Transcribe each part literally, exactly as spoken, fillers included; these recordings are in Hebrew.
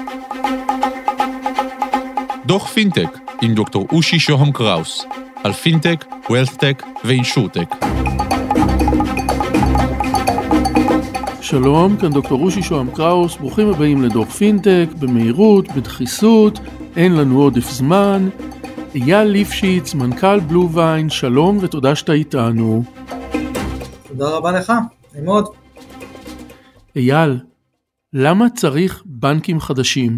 דוח פינטק עם דוקטור אושי שוהם קראוס, על פינטק, ווילת'טק ואינשורטק. שלום, כאן דוקטור אושי שוהם קראוס, ברוכים הבאים לדוח פינטק, במהירות, בדחיסות, אין לנו עודף זמן. אייל ליפשיץ, מנכ"ל בלו-ויין, שלום ותודה שאתה איתנו. תודה רבה לך, מאוד. אייל, למה צריך בנקים חדשים?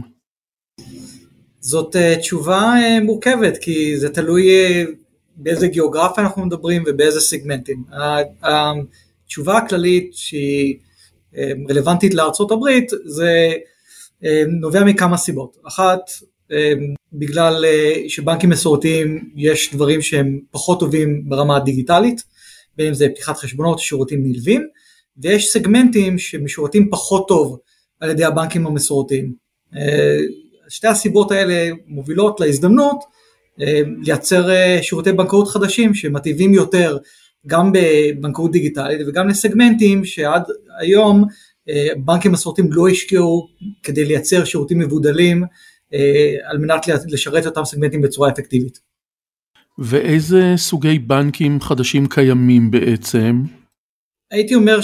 זאת uh, תשובה uh, מורכבת, כי זה תלוי uh, באיזה גיאוגרפיה אנחנו מדברים ובאיזה סגמנטים. התשובה הכללית שהיא uh, רלוונטית לארצות הברית, זה uh, נובע מכמה סיבות. אחת, uh, בגלל uh, שבנקים מסורתיים יש דברים שהם פחות טובים ברמה הדיגיטלית, בין אם זה פתיחת חשבונות, שירותים נלווים, ויש סגמנטים שמשורתים פחות טוב על ידי הבנקים המסורתיים. Uh, שתי הסיבות האלה מובילות להזדמנות לייצר שירותי בנקאות חדשים שמטיבים יותר גם בבנקאות דיגיטלית וגם לסגמנטים שעד היום בנקים מסורתיים לא השקיעו כדי לייצר שירותים מבודלים על מנת לשרת אותם סגמנטים בצורה אפקטיבית. ואיזה סוגי בנקים חדשים קיימים בעצם? הייתי אומר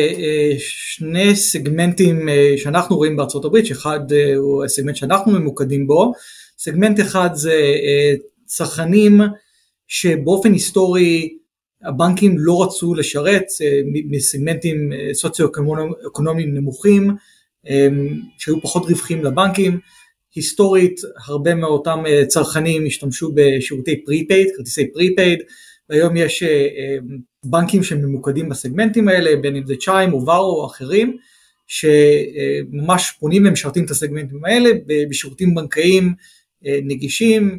ששני סגמנטים שאנחנו רואים בארצות הברית, שאחד הוא הסגמנט שאנחנו ממוקדים בו, סגמנט אחד זה צרכנים שבאופן היסטורי הבנקים לא רצו לשרת, מסגמנטים סוציו-אקונומיים נמוכים, שהיו פחות רווחים לבנקים. היסטורית הרבה מאותם צרכנים השתמשו בשירותי פרי-פייד, כרטיסי פרי-פייד, והיום יש בנקים שממוקדים בסגמנטים האלה, בין אם זה צ'יים או וואו או אחרים, שממש פונים ומשרתים את הסגמנטים האלה בשירותים בנקאיים נגישים,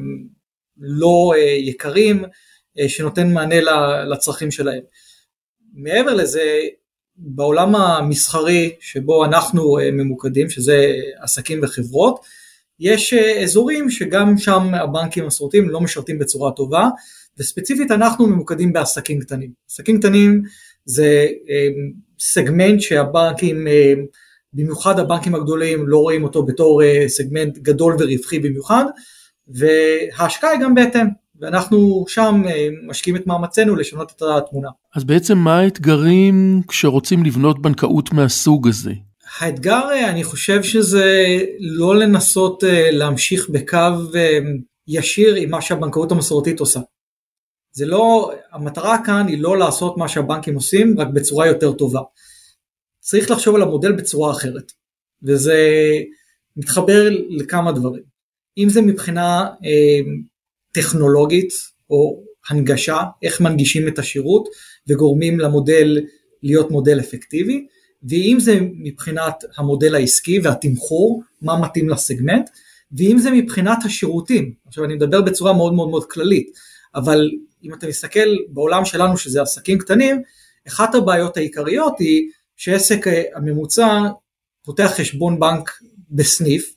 לא יקרים, שנותן מענה לצרכים שלהם. מעבר לזה, בעולם המסחרי שבו אנחנו ממוקדים, שזה עסקים וחברות, יש אזורים שגם שם הבנקים המסורתיים לא משרתים בצורה טובה, וספציפית אנחנו ממוקדים בעסקים קטנים. עסקים קטנים זה סגמנט שהבנקים, במיוחד הבנקים הגדולים, לא רואים אותו בתור סגמנט גדול ורווחי במיוחד, וההשקעה היא גם בהתאם, ואנחנו שם משקיעים את מאמצנו לשנות את התמונה. אז בעצם מה האתגרים כשרוצים לבנות בנקאות מהסוג הזה? האתגר, אני חושב שזה לא לנסות להמשיך בקו ישיר עם מה שהבנקאות המסורתית עושה. זה לא, המטרה כאן היא לא לעשות מה שהבנקים עושים, רק בצורה יותר טובה. צריך לחשוב על המודל בצורה אחרת, וזה מתחבר לכמה דברים. אם זה מבחינה אה, טכנולוגית, או הנגשה, איך מנגישים את השירות, וגורמים למודל להיות מודל אפקטיבי, ואם זה מבחינת המודל העסקי והתמחור, מה מתאים לסגמנט, ואם זה מבחינת השירותים. עכשיו אני מדבר בצורה מאוד מאוד מאוד כללית, אבל אם אתה מסתכל בעולם שלנו שזה עסקים קטנים, אחת הבעיות העיקריות היא שעסק הממוצע פותח חשבון בנק בסניף,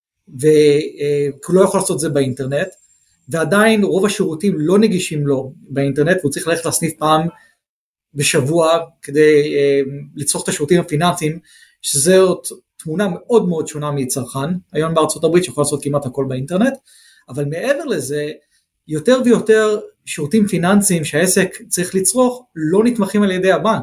והוא לא יכול לעשות זה באינטרנט, ועדיין רוב השירותים לא נגישים לו באינטרנט, והוא צריך ללכת לסניף פעם בשבוע כדי לצרוך את השירותים הפיננסיים, שזאת תמונה מאוד מאוד שונה מצרכן, היום בארצות הברית שיכול לעשות כמעט הכל באינטרנט, אבל מעבר לזה, יותר ויותר שירותים פיננסיים שהעסק צריך לצרוך, לא נתמכים על ידי הבנק.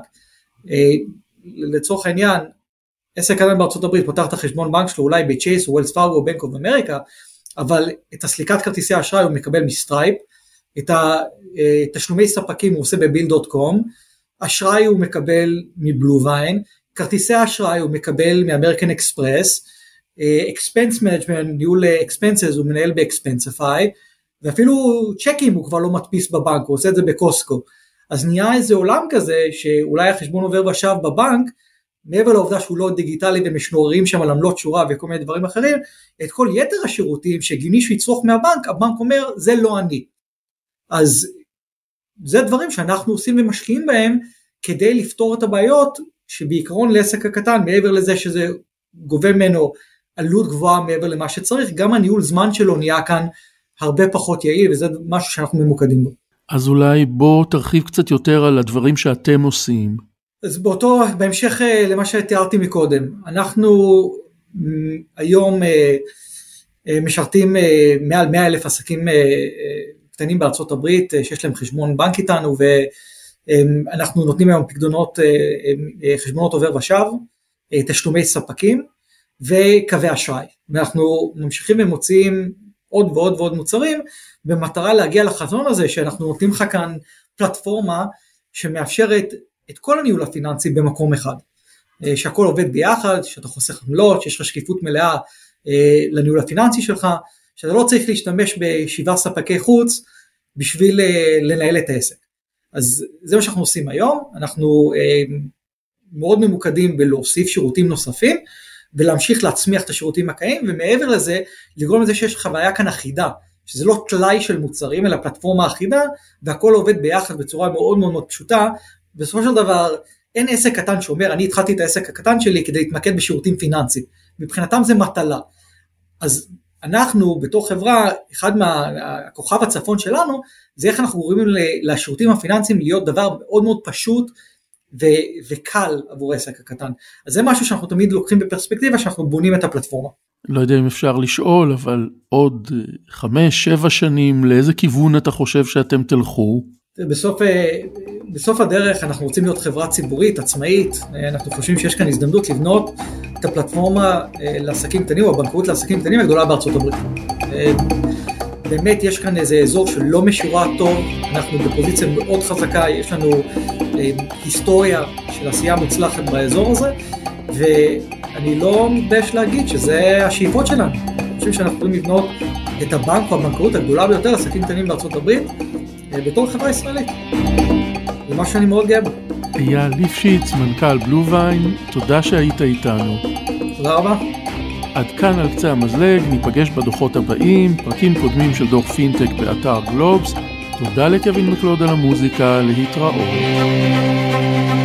לצורך העניין, עסק קטן בארצות הברית פותח את החשבון בנק שלו, אולי בצ'ייס או ווילס פארגו או בנק אוף אמריקה, אבל את הסליקת כרטיסי האשראי הוא מקבל מסטרייפ, את התשלומי ספקים הוא עושה בביל דוט קום, אשראי הוא מקבל מבלו-ויין, כרטיסי האשראי הוא מקבל מאמריקן אקספרס, אקספנס מנג'מנט, ניהול אקספנסס הוא מנהל באקספנסיפיי, ואפילו צ'קים הוא כבר לא מדפיס בבנק, הוא עושה את זה בקוסקו. אז נהיה איזה עולם כזה, שאולי החשבון עובר ושב בבנק, מעבר לעובדה שהוא לא דיגיטלי ומשנוררים שם על עמלות שורה וכל מיני דברים אחרים, את כל יתר השירותים שמישהו יצרוך מהבנק, הבנק אומר, זה לא אני. אז זה דברים שאנחנו עושים ומשקיעים בהם, כדי לפתור את הבעיות, שבעיקרון לעסק הקטן, מעבר לזה שזה גובה ממנו עלות גבוהה מעבר למה שצריך, גם הניהול זמן שלו נהיה כאן הרבה פחות יעיל, וזה משהו שאנחנו ממוקדים בו. אז אולי בוא תרחיב קצת יותר על הדברים שאתם עושים. אז באותו, בהמשך למה שתיארתי מקודם, אנחנו היום משרתים מעל מאה אלף עסקים קטנים בארצות הברית, שיש להם חשבון בנק איתנו, ואנחנו נותנים היום פקדונות, חשבונות עובר ושב, תשלומי ספקים, וקווי אשראי. ואנחנו ממשיכים ומוציאים עוד ועוד ועוד מוצרים, במטרה להגיע לחזון הזה, שאנחנו נותנים לך כאן פלטפורמה, שמאפשרת את כל הניהול הפיננסי במקום אחד. שהכל עובד ביחד, שאתה חוסך עמלות, שיש לך שקיפות מלאה לניהול הפיננסי שלך, שאתה לא צריך להשתמש בשבעה ספקי חוץ, בשביל לנהל את העסק. אז זה מה שאנחנו עושים היום, אנחנו מאוד ממוקדים בלהוסיף שירותים נוספים, ולהמשיך להצמיח את השירותים הקיים, ומעבר לזה, לגרום לזה שיש חוויה כאן אחידה, שזה לא תלאי של מוצרים, אלא פלטפורמה אחידה, והכל עובד ביחד בצורה מאוד מאוד מאוד פשוטה. בסופו של דבר, אין עסק קטן שאומר, אני התחלתי את העסק הקטן שלי, כדי להתמקד בשירותים פיננסיים. מבחינתם זה מטלה. אז אנחנו, בתור חברה, אחד מהכוכב הצפון שלנו, זה איך אנחנו גורמים לשירותים הפיננסיים להיות דבר מאוד מאוד פשוט, ו- וקל עבור העסק הקטן. אז זה משהו שאנחנו תמיד לוקחים בפרספקטיבה, שאנחנו בונים את הפלטפורמה. לא יודע אם אפשר לשאול, אבל עוד חמש, שבע שנים, לאיזה כיוון אתה חושב שאתם תלכו? בסוף, בסוף הדרך אנחנו רוצים להיות חברה ציבורית, עצמאית, אנחנו חושבים שיש כאן הזדמנות לבנות את הפלטפורמה לעסקים קטנים, או הבנקאות לעסקים קטנים הגדולה בארצות הברית. באמת יש כאן איזה אזור שלא משורה טוב, אנחנו בפוזיציה מאוד חזקה, יש לנו היסטוריה של עשייה מוצלחת באזור הזה, ואני לא מתבייש להגיד שזה השאיפות שלנו. אני חושב שאנחנו יכולים לבנות את הבנק או הבנקאות הגדולה ביותר לעסקים קטנים בארצות הברית, בתור חברה ישראלית. זה משהו שאני מאוד גאה בו. אייל ליפשיץ, מנכ"ל בלוביין, תודה שהיית איתנו. תודה רבה. עד כאן על קצה המזלג, ניפגש בדוחות הבאים, פרקים קודמים של דוח פינטק באתר גלובס. תודה לקווין מקלוד על המוזיקה, להתראות.